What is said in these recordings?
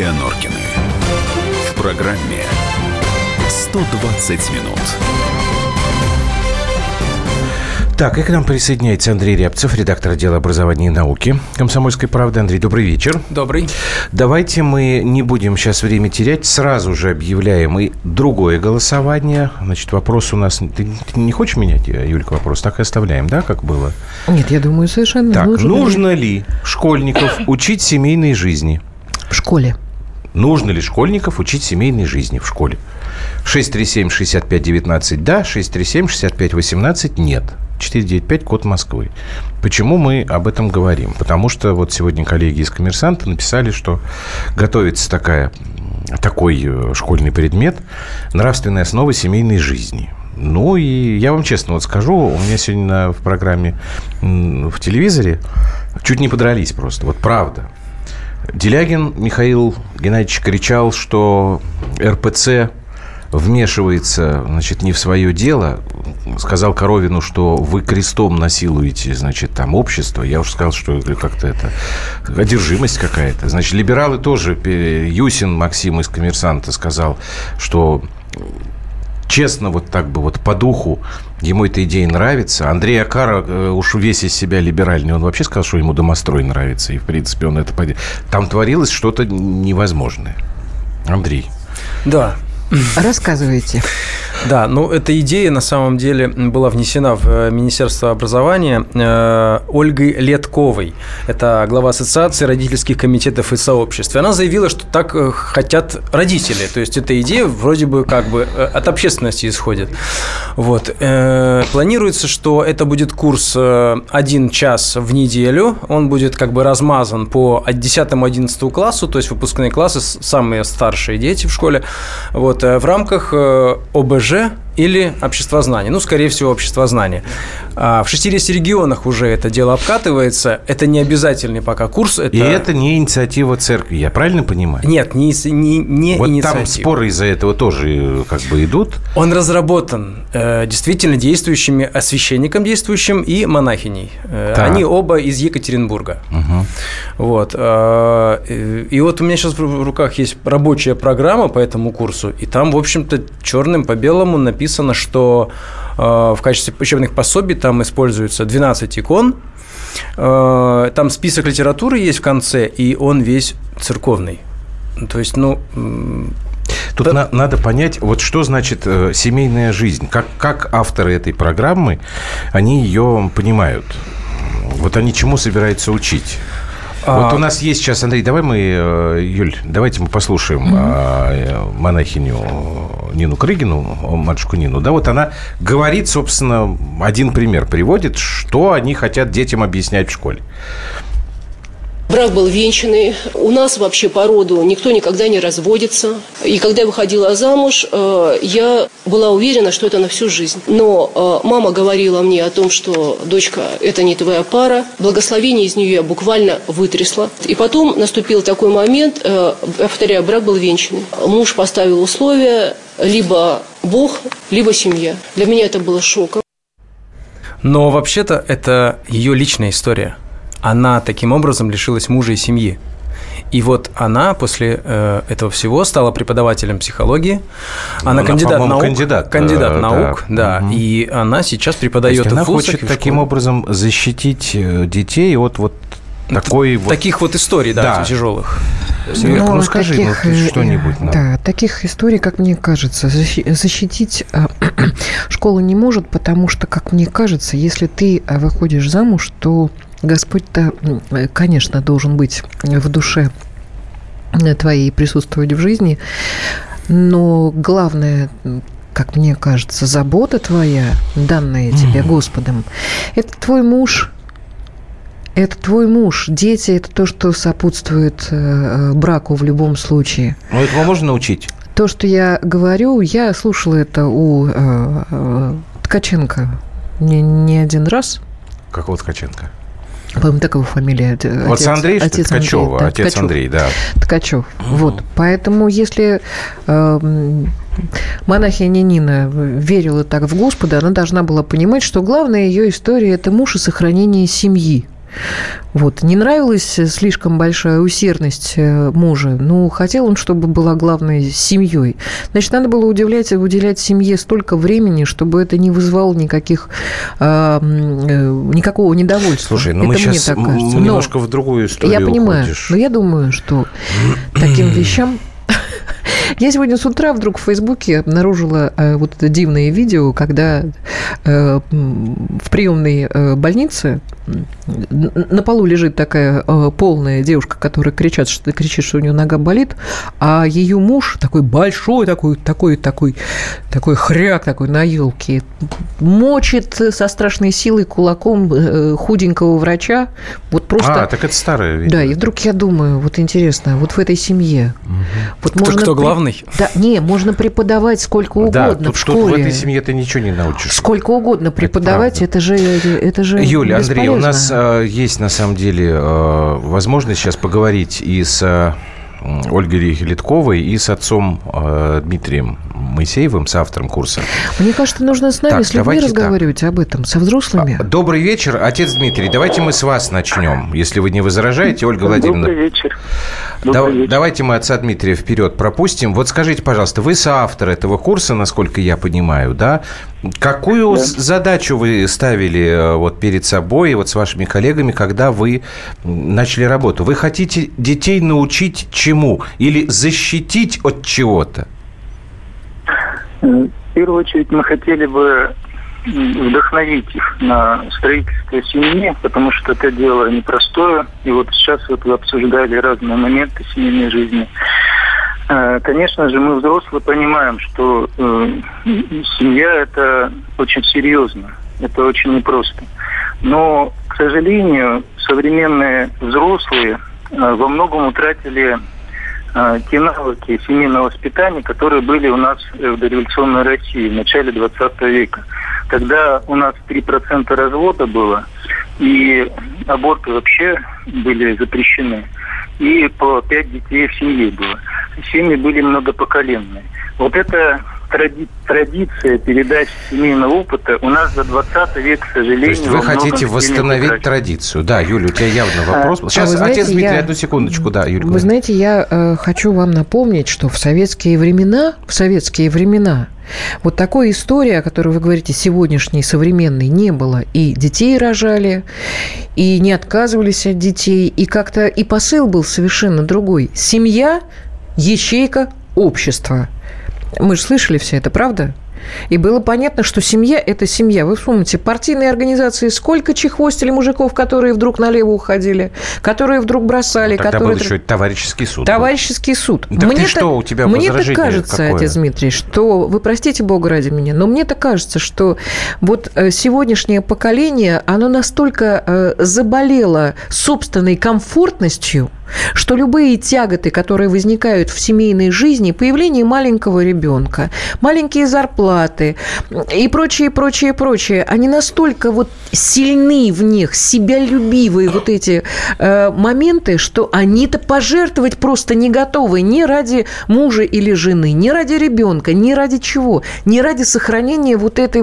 Юлия Норкины. В программе «120 минут». Так, и к нам присоединяется Андрей Рябцев, редактор отдела образования и науки «Комсомольской правды». Андрей, добрый вечер. Добрый. Давайте мы не будем сейчас время терять, сразу же объявляем и другое голосование. Значит, вопрос у нас... Ты не хочешь менять, Юлька, вопрос? Так и оставляем, да, как было? Нет, я думаю, совершенно так, нужно ли школьников учить семейной жизни? В школе. Нужно ли школьников учить семейной жизни в школе? 637-65-19 да, 637-65-18 нет. 495, код Москвы. Почему мы об этом говорим? Потому что вот сегодня коллеги из «Коммерсанта» написали, что готовится такой школьный предмет «Нравственные основы семейной жизни». Ну, и я вам честно вот скажу, у меня сегодня в программе в телевизоре чуть не подрались просто. Вот правда. Делягин Михаил Геннадьевич кричал, что РПЦ вмешивается, значит, не в свое дело. Сказал Коровину, что вы крестом насилуете, значит, там общество. Я уже сказал, что как-то это одержимость какая-то. Значит, либералы тоже. Юсин Максим из «Коммерсанта» сказал, что честно, вот так бы вот по духу ему эта идея нравится. Андрей Акара уж весь из себя либеральный. Он вообще сказал, что ему домострой нравится. И, в принципе, он это... Там творилось что-то невозможное. Андрей. Да. Рассказывайте. Да, ну, эта идея на самом деле была внесена в Министерство образования Ольгой Летковой. Это глава Ассоциации родительских комитетов и сообществ. И она заявила, что так хотят родители. То есть, эта идея вроде бы как бы от общественности исходит. Вот. Планируется, что это будет курс 1 час в неделю. Он будет как бы размазан по 10-11 классу, то есть выпускные классы, самые старшие дети в школе. Вот. В рамках ОБЖ или обществознания. Ну, скорее всего, обществознания. В 60 регионах уже это дело обкатывается. Это не обязательный пока курс. И это не инициатива церкви, я правильно понимаю? Нет, не вот инициатива. Там споры из-за этого тоже как бы идут. Он разработан действительно действующими священником действующим и монахиней. Так. Они оба из Екатеринбурга. Угу. Вот. И вот у меня сейчас в руках есть рабочая программа по этому курсу, и там, в общем-то, черным по белому написано, что в качестве учебных пособий там используется 12 икон, там список литературы есть в конце, и он весь церковный. То есть, ну... Тут надо понять, вот что значит семейная жизнь. Как авторы этой программы, они ее понимают? Вот они чему собираются учить? Вот у нас есть сейчас, Андрей, Юль, давайте мы послушаем монахиню Нину Крыгину, матушку Нину. Да, вот она говорит, собственно, один пример приводит, что они хотят детям объяснять в школе. Брак был венчанный. У нас вообще по роду никто никогда не разводится. И когда я выходила замуж, я была уверена, что это на всю жизнь. Но мама говорила мне о том, что, дочка, это не твоя пара. Благословение из нее я буквально вытрясла. И потом наступил такой момент, повторяю, брак был венчанный. Муж поставил условия: либо Бог, либо семья. Для меня это было шоком. Но вообще-то это ее личная история. Она таким образом лишилась мужа и семьи. И вот она после этого всего стала преподавателем психологии. Она кандидат наук. Кандидат наук, да. Угу. И она сейчас преподает в вузах. Она хочет таким образом защитить детей от вот таких вот историй, да, тяжелых. Ну, скажи что-нибудь. Да, таких историй, как мне кажется, защитить школа не может, потому что, как мне кажется, если ты выходишь замуж, то Господь-то, конечно, должен быть в душе твоей, присутствовать в жизни, но главное, как мне кажется, забота твоя, данная тебе Господом, это твой муж. Это твой муж. Дети – это то, что сопутствует браку в любом случае. Ну, этого можно научить? То, что я говорю, я слушала это у Ткаченко не один раз. Какого Ткаченко? По-моему, такова фамилия. Вот Андрей, что Ткачева, да, отец Андрей, да. Ткачев. Вот. Поэтому, если монахиня Нина верила так в Господа, она должна была понимать, что главная ее история – это муж и сохранение семьи. Вот. Не нравилась слишком большая усердность мужа, но хотел он, чтобы была главной семьей. Значит, надо было уделять семье столько времени, чтобы это не вызвало никакого недовольства. Слушай, ну это мы сейчас немножко в другую историю Я понимаю, уходишь. но я думаю, что таким вещам... Я сегодня с утра вдруг в Фейсбуке обнаружила вот это дивное видео, когда в приемной больнице на полу лежит такая полная девушка, которая кричит, что у нее нога болит, а ее муж такой большой, такой хряк такой на елке, мочит со страшной силой кулаком худенького врача. Вот просто... так это старое видео. Да, и вдруг я думаю, вот интересно, вот в этой семье... Вот кто главный? Да, можно преподавать сколько угодно в школе. Тут в этой семье ты ничего не научишь. Сколько угодно преподавать, это же Юля, Андрей, у нас бесполезно. есть на самом деле возможность сейчас поговорить и с Ольгой Летковой, и с отцом Дмитрием Моисеевым, с автором курса. Мне кажется, нужно с нами, с людьми разговаривать об этом, со взрослыми. Добрый вечер, отец Дмитрий. Давайте мы с вас начнем, если вы не возражаете, Ольга Владимировна. Добрый вечер. Давайте мы отца Дмитрия вперед пропустим. Вот скажите, пожалуйста, вы соавтор этого курса, насколько я понимаю, да? Какую задачу вы ставили вот перед собой, вот с вашими коллегами, когда вы начали работу? Вы хотите детей научить чему? Или защитить от чего-то? В первую очередь мы хотели бы вдохновить их на строительство семьи, потому что это дело непростое. И вот сейчас вот вы обсуждали разные моменты семейной жизни. Конечно же, мы, взрослые, понимаем, что семья – это очень серьезно, это очень непросто. Но, к сожалению, современные взрослые во многом утратили те навыки семейного воспитания, которые были у нас в дореволюционной России в начале 20 века. Когда у нас 3% развода было, и аборты вообще были запрещены, и по 5 детей в семье было. Семьи были многопоколенные. Вот эта традиция передачи семейного опыта у нас за 20 век, к сожалению... То есть вы хотите восстановить традицию. Да, Юля, у тебя явно вопрос. Сейчас, отец Дмитрий, одну секундочку. Да, Юля. Вы знаете, я хочу вам напомнить, что в советские времена, вот такой истории, о которой вы говорите, сегодняшней, современной, не было. И детей рожали, и не отказывались от детей, и как-то и посыл был совершенно другой. Семья – ячейка общества. Мы же слышали все это, правда? И было понятно, что семья – это семья. Вы вспомните, партийные организации, сколько чехвостили мужиков, которые вдруг налево уходили, которые вдруг бросали. Тогда был еще товарищеский суд. Товарищеский суд. Так мне что, у тебя возражение какое? Мне так кажется, отец Дмитрий, что, вы простите Бога ради меня, но мне так кажется, что вот сегодняшнее поколение, оно настолько заболело собственной комфортностью, что любые тяготы, которые возникают в семейной жизни, появление маленького ребенка, маленькие зарплаты и прочее, они настолько вот сильны в них, себялюбивые вот эти моменты, что они-то пожертвовать просто не готовы ни ради мужа или жены, ни ради ребенка, ни ради чего, ни ради сохранения вот этой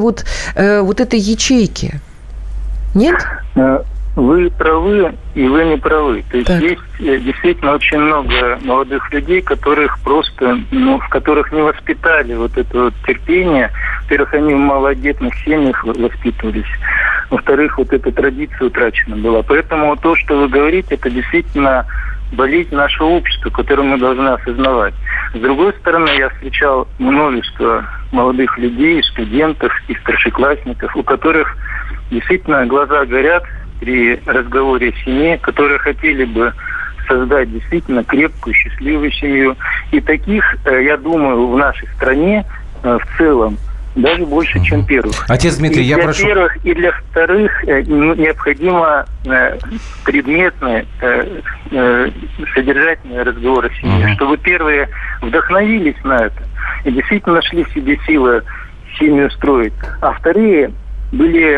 ячейки. Нет? Вы правы, и вы не правы. То есть есть действительно очень много молодых людей, которых просто, в которых не воспитали вот это вот терпение. Во-первых, они в малодетных семьях воспитывались. Во-вторых, вот эта традиция утрачена была. Поэтому то, что вы говорите, это действительно болезнь нашего общества, которую мы должны осознавать. С другой стороны, я встречал множество молодых людей, студентов и старшеклассников, у которых действительно глаза горят при разговоре о семье, которые хотели бы создать действительно крепкую, счастливую семью. И таких, я думаю, в нашей стране в целом даже больше, чем первых. Отец Дмитрий, я прошу... Для первых и для вторых необходимо предметный, содержательный разговор о семье, чтобы первые вдохновились на это и действительно нашли в себе силы семью строить, а вторые были,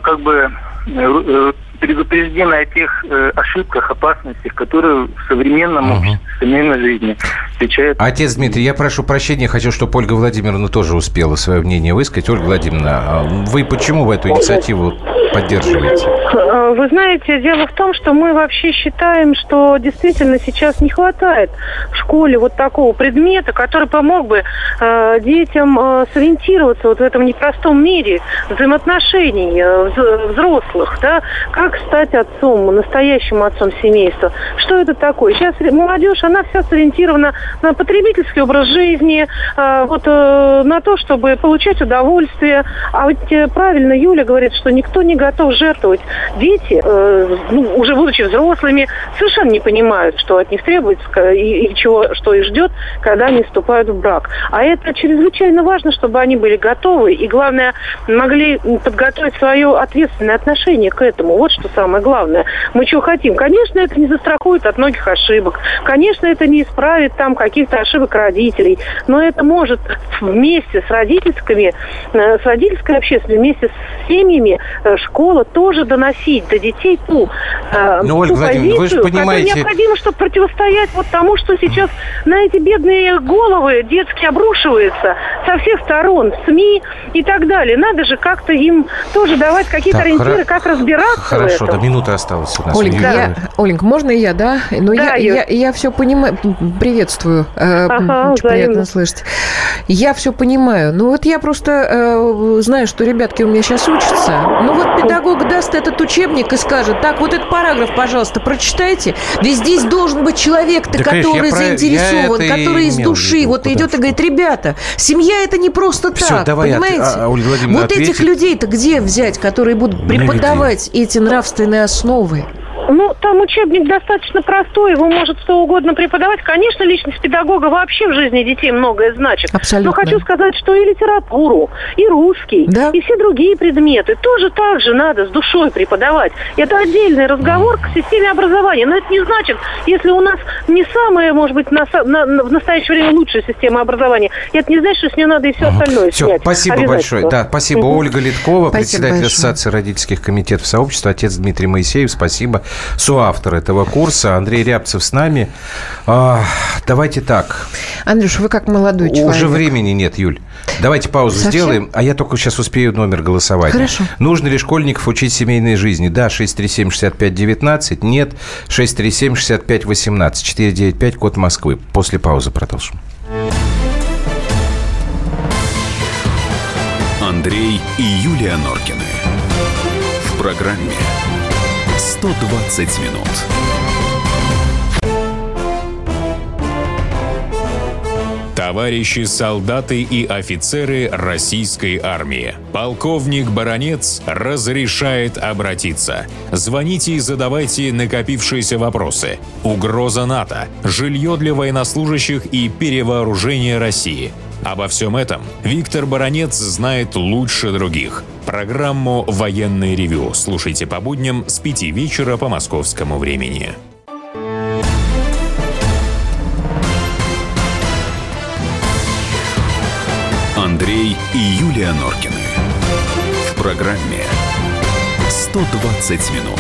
предупреждены о тех ошибках, опасностях, которые в современном обществе, в современной жизни встречаются. Отец Дмитрий, я прошу прощения, хочу, чтобы Ольга Владимировна тоже успела свое мнение высказать. Ольга Владимировна, вы почему в эту инициативу поддерживаете? Вы знаете, дело в том, что мы вообще считаем, что действительно сейчас не хватает в школе вот такого предмета, который помог бы детям сориентироваться вот в этом непростом мире взаимоотношений взрослых, да, как стать отцом, настоящим отцом семейства. Что это такое? Сейчас молодежь, она вся сориентирована на потребительский образ жизни, на то, чтобы получать удовольствие. А ведь правильно Юля говорит, что никто не готов жертвовать. Дети, уже будучи взрослыми, совершенно не понимают, что от них требуется и что их ждет, когда они вступают в брак. А это чрезвычайно важно, чтобы они были готовы и, главное, могли подготовить свое ответственное отношение к этому. Вот что самое главное. Мы чего хотим? Конечно, это не застрахует от многих ошибок. Конечно, это не исправит там каких-то ошибок родителей. Но это может вместе с родительской общественностью, вместе с семьями школа тоже доносить до детей ту позицию, которая необходима, чтобы противостоять вот тому, что сейчас на эти бедные головы детские обрушиваются со всех сторон, СМИ и так далее. Надо же как-то им тоже давать какие-то ориентиры, как разбираться в этом. Хорошо, до минуты осталось у нас. Оленька, можно я, да? Но да, я все понимаю. Приветствую. Приятно слышать. Я все понимаю. Ну вот я просто знаю, что ребятки у меня сейчас учатся. Ну вот педагог даст этот учебник и скажет: так, вот этот параграф, пожалуйста, прочитайте. Ведь здесь должен быть человек-то, который заинтересован, который из души вот идет и говорит: ребята, семья это не просто так, понимаете? Вот этих людей-то где взять, которые будут преподавать эти нравственные основы? Ну, там учебник достаточно простой, его может кто угодно преподавать. Конечно, личность педагога вообще в жизни детей многое значит. Абсолютно. Но хочу сказать, что и литературу, и русский, и все другие предметы тоже так же надо с душой преподавать. Это отдельный разговор к системе образования. Но это не значит, если у нас не самая, может быть, в настоящее время лучшая система образования, это не значит, что с нее надо и все остальное снять. Спасибо большое. Да, спасибо. Ольга Литкова, председатель Ассоциации родительских комитетов сообщества, отец Дмитрий Моисеев, спасибо. Соавтор этого курса. Андрей Рябцев с нами. Давайте так. Андрюш, вы как молодой человек. Уже времени нет, Юль. Давайте паузу сделаем, а я только сейчас успею номер голосования. Хорошо. Нужно ли школьников учить семейной жизни? Да, 637-65-19. Нет, 637-65-18. 495, код Москвы. После паузы продолжим. Андрей и Юлия Норкины. В программе 120 минут. Товарищи солдаты и офицеры российской армии. Полковник Баранец разрешает обратиться. Звоните и задавайте накопившиеся вопросы. Угроза НАТО, жилье для военнослужащих и перевооружение России. Обо всем этом Виктор Баранец знает лучше других. Программу «Военное ревю» слушайте по будням с 5 вечера по московскому времени. Андрей и Юлия Норкины. В программе 120 минут.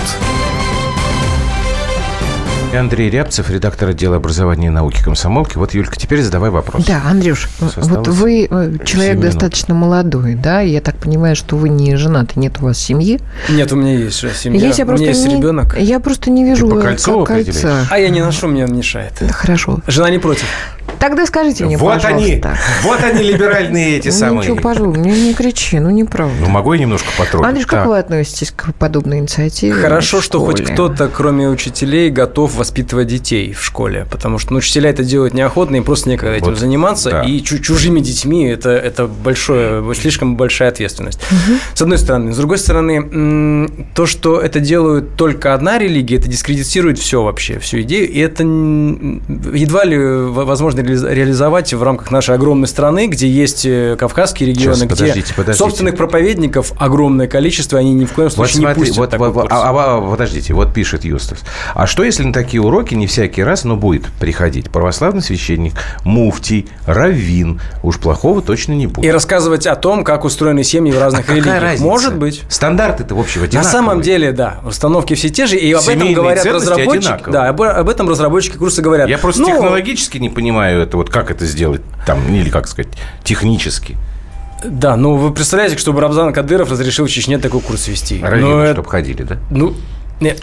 Андрей Рябцев, редактор отдела образования и науки комсомолки. Вот, Юлька, теперь задавай вопрос. Да, Андрюш, вот вы человек достаточно молодой, да? Я так понимаю, что вы не женаты, нет у вас семьи. Нет, у меня есть семья, у меня есть ребенок. Я просто не вижу кольца. А я не ношу, мне мешает. Хорошо. Жена не против. Тогда скажите мне, пожалуйста. Вот они либеральные эти самые. Ну, ничего, пожалуйста, не кричи, неправда. Ну, могу я немножко потрогать? Андрюш, как вы относитесь к подобной инициативе? Хорошо, что хоть кто-то, кроме учителей, готов воспитывать детей в школе, потому что учителя это делают неохотно, им просто некогда этим заниматься, да. И чужими детьми это слишком большая ответственность. С одной стороны. С другой стороны, то, что это делают только одна религия, это дискредитирует все вообще, всю идею, и это едва ли возможно реализовать в рамках нашей огромной страны, где есть кавказские регионы, где собственных проповедников огромное количество, они ни в коем случае не пустят такой курс. Подождите, вот пишет Юстас. А что, если на такие уроки не всякий раз, но будет приходить православный священник, муфтий, раввин? Уж плохого точно не будет. И рассказывать о том, как устроены семьи в разных религиях. Разница? Может быть. Стандарты-то, в общем, одинаковые. На самом деле, да. Установки все те же, и об этом говорят разработчики. Да, об этом разработчики курса говорят. Я просто технологически не понимаю это, вот как это сделать там, или как сказать, технически. Да, ну вы представляете, чтобы Рамзан Кадыров разрешил в Чечне такой курс вести? Чтобы ходили, да? Ну, нет.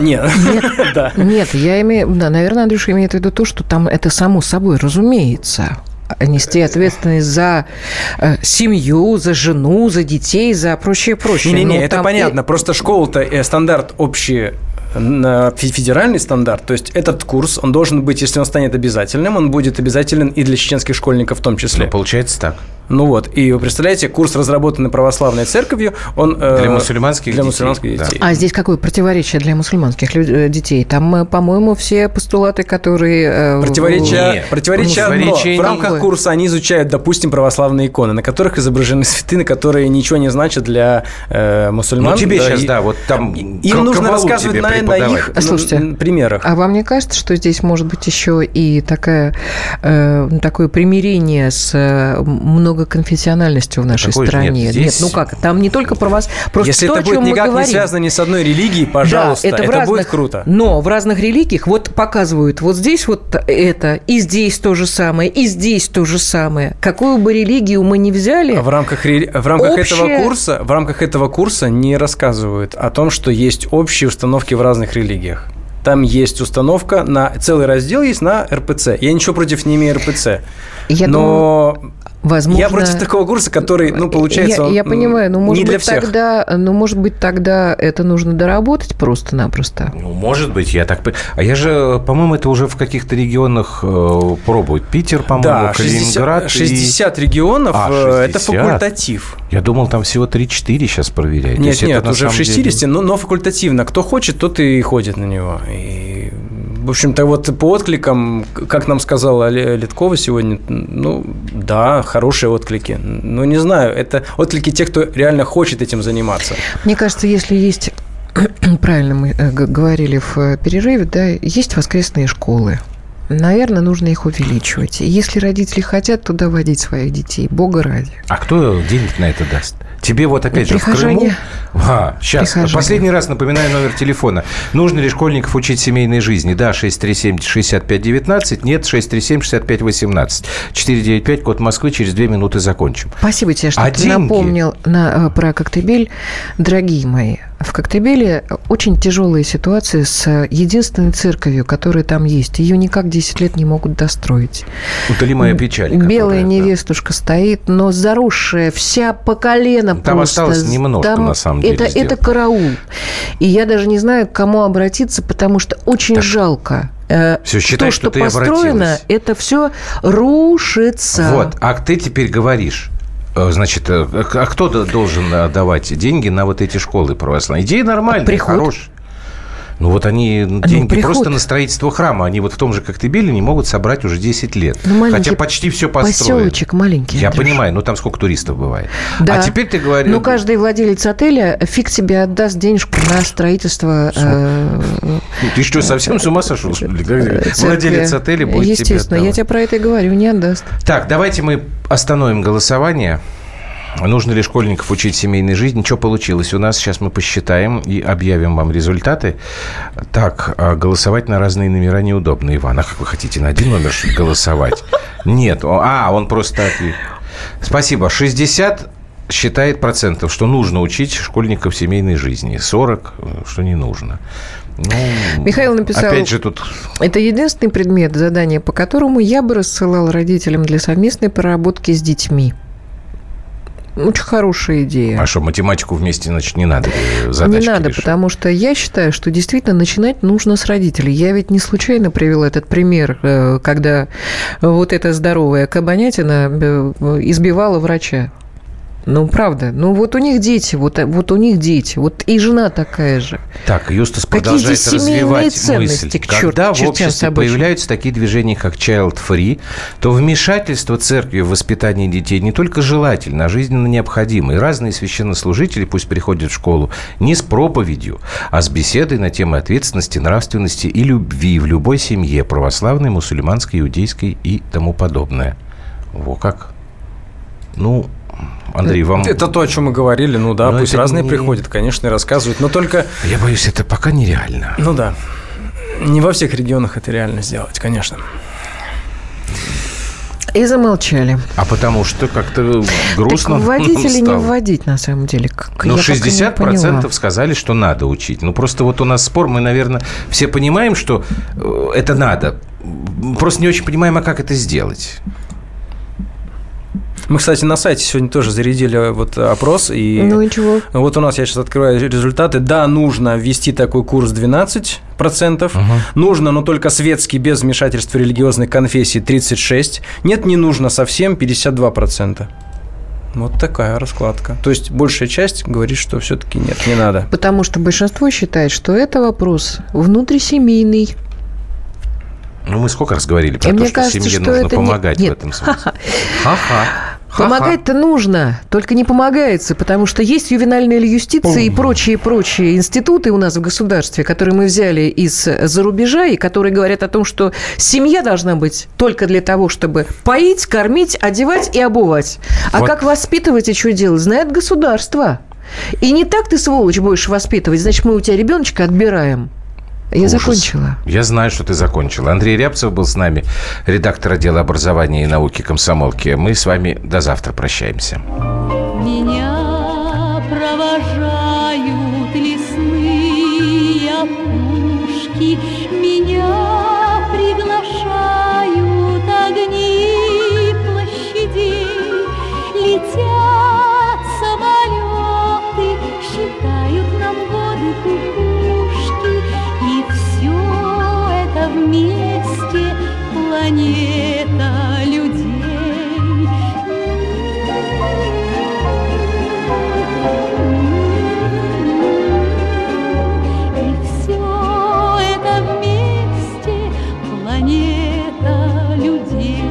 Нет, я имею... Да, наверное, Андрюша имеет в виду то, что там это само собой разумеется. Нести ответственность за семью, за жену, за детей, за прочее. Не, это понятно. Просто школа-то стандарт общий, федеральный стандарт. То есть этот курс, он должен быть, если он станет обязательным, он будет обязателен и для чеченских школьников в том числе. Ну, получается так. Ну вот, и вы представляете, курс, разработанный православной церковью, он для мусульманских детей. Да. А здесь какое противоречие для мусульманских детей? Там, по-моему, все постулаты, которые... Противоречие одно. В рамках курса они изучают, допустим, православные иконы, на которых изображены святыни, которые ничего не значат для мусульман. Ну, тебе сейчас, вот там... Им нужно рассказывать на их примерах. А вам не кажется, что здесь может быть еще и такое примирение с многоконфессиональностью в нашей стране? Нет, ну как, там не только просто если то, это будет никак не связано ни с одной религией, пожалуйста, да, это будет круто. Но в разных религиях вот показывают вот здесь вот это, и здесь то же самое, и здесь то же самое. Какую бы религию мы ни взяли... В рамках этого курса не рассказывают о том, что есть общие установки в разных религиях. Там есть установка на... Целый раздел есть на РПЦ. Я ничего против не имею РПЦ. Возможно, я против такого курса, который, получается, я понимаю, но может не для быть всех. Может быть, тогда это нужно доработать просто-напросто. Ну, может быть, я так... А я же, по-моему, это уже в каких-то регионах пробуют. Питер, по-моему, да, Калининград. 60 регионов, 60. Это факультатив. Я думал, там всего 3-4 сейчас проверяют. Нет, уже в 60, но факультативно. Кто хочет, тот и ходит на него. И... В общем-то, вот по откликам, как нам сказала Леткова сегодня, да, хорошие отклики. Но не знаю, это отклики тех, кто реально хочет этим заниматься. Мне кажется, если есть, правильно мы говорили в перерыве, да, есть воскресные школы. Наверное, нужно их увеличивать. Если родители хотят туда водить своих детей, бога ради. А кто денег на это даст? Тебе вот опять же в Крыму... Сейчас. Последний раз напоминаю номер телефона. Нужно ли школьников учить семейной жизни? Да, 637-65-19. Нет, 637-65-18. 495, код Москвы. Через 2 минуты закончим. Спасибо тебе, что ты напомнил про Коктебель. Дорогие мои, в Коктебеле очень тяжелая ситуация с единственной церковью, которая там есть. Ее никак 10 лет не могут достроить. Утоли моя печаль. Белая невестушка стоит, но заросшая вся по колено. Там просто. Осталось немножко, на самом деле. Это караул. И я даже не знаю, к кому обратиться, потому что очень жалко. Все, считай, то, что построено, это все рушится. Вот, а ты теперь говоришь... Значит, а кто должен давать деньги на вот эти школы православные? Идея нормальная, хорошая. Ну, вот они деньги просто на строительство храма. Они вот в том же Коктебеле не могут собрать уже 10 лет. Хотя почти все построено. Поселочек маленький. Я понимаю, но там сколько туристов бывает. Да. А теперь ты говоришь... Но каждый владелец отеля фиг тебе отдаст денежку на строительство... Ты что, совсем с ума сошел, что ли? Владелец отеля будет тебе отдавать. Естественно, я тебе про это и говорю, не отдаст. Так, давайте мы остановим голосование. Нужно ли школьников учить семейной жизни? Что получилось у нас? Сейчас мы посчитаем и объявим вам результаты. Так, голосовать на разные номера неудобно, Иван. А как вы хотите, на один номер голосовать? Нет. Он просто... Спасибо. 60 считает процентов, что нужно учить школьников семейной жизни. 40, что не нужно. Михаил написал, опять же тут... это единственный предмет, задание по которому я бы рассылал родителям для совместной проработки с детьми. Очень хорошая идея. А что, математику вместе, значит, не надо задачки Не надо, решать? потому что я считаю, что действительно начинать нужно с родителей. Я ведь не случайно привела этот пример, когда вот эта здоровая кабанятина избивала врача. Ну, правда. Ну, вот у них дети, вот у них дети. Вот и жена такая же. Так, Юстас продолжает развивать мысль. Когда в обществе появляются такие движения, как Child Free, то вмешательство церкви в воспитание детей не только желательно, а жизненно необходимо. И разные священнослужители пусть приходят в школу не с проповедью, а с беседой на темы ответственности, нравственности и любви в любой семье, православной, мусульманской, иудейской и тому подобное. Во как. Андрей, вам... Это то, о чем мы говорили. Пусть разные приходят, конечно, и рассказывают. Но только... Я боюсь, это пока нереально. Да. Не во всех регионах это реально сделать, конечно. И замолчали. А потому что как-то грустно так вводить или не стало. вводить, на самом деле? Ну, 60% сказали, что надо учить. Ну, просто вот у нас спор, мы, наверное, все понимаем, что это надо. Просто не очень понимаем, а как это сделать. Мы, кстати, на сайте сегодня тоже зарядили вот опрос. И ну, ничего. Вот у нас, я сейчас открываю результаты. Да, нужно ввести такой курс 12%. Нужно, но только светский, без вмешательства религиозных конфессий 36%. Нет, не нужно совсем 52%. Вот такая раскладка. То есть большая часть говорит, что все-таки нет, не надо. Потому что большинство считает, что это вопрос внутрисемейный. Ну, мы сколько раз говорили про то, что семье нужно помогать в этом смысле. Помогать-то нужно, только не помогается, потому что есть ювенальная юстиция и прочие институты у нас в государстве, которые мы взяли из-за рубежа и которые говорят о том, что семья должна быть только для того, чтобы поить, кормить, одевать и обувать. А как воспитывать и что делать, знает государство. И не так ты, сволочь, будешь воспитывать, значит, мы у тебя ребеночка отбираем. Я закончила. Я знаю, что ты закончила. Андрей Рябцев был с нами, редактор отдела образования и науки комсомолки. Мы с вами до завтра прощаемся. Меня провожают лесные опушки, меня приглашают огни площадей, летят самолеты, считают нам годы кукушки. И все это вместе планета людей. И все это вместе планета людей.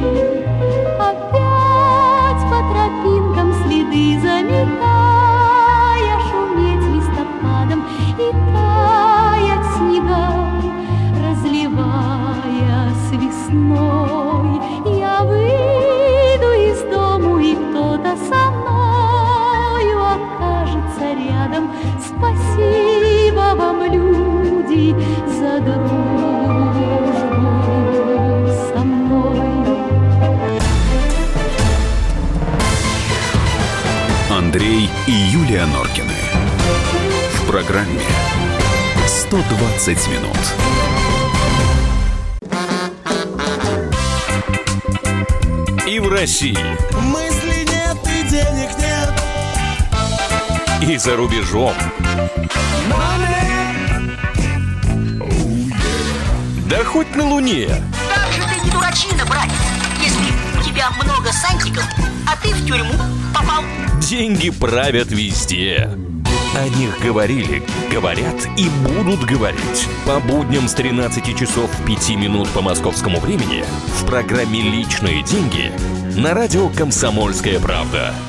Опять по тропинкам следы заметая, шуметь листопадом и таять снегам, разливая с весной. Я выйду из дому, и кто-то со мною окажется рядом. Спасибо вам, люди, за дружбу со мной. Андрей и Юлия Норкины. В программе 120 минут. И в России. Мысли нет и денег нет. И за рубежом. Да хоть на Луне. Как же ты не дурачина, братец, если у тебя много сантиков, а ты в тюрьму попал. Деньги правят везде. О них говорили, говорят и будут говорить. По будням с 13 часов 5 минут по московскому времени в программе «Личные деньги» на радио «Комсомольская правда».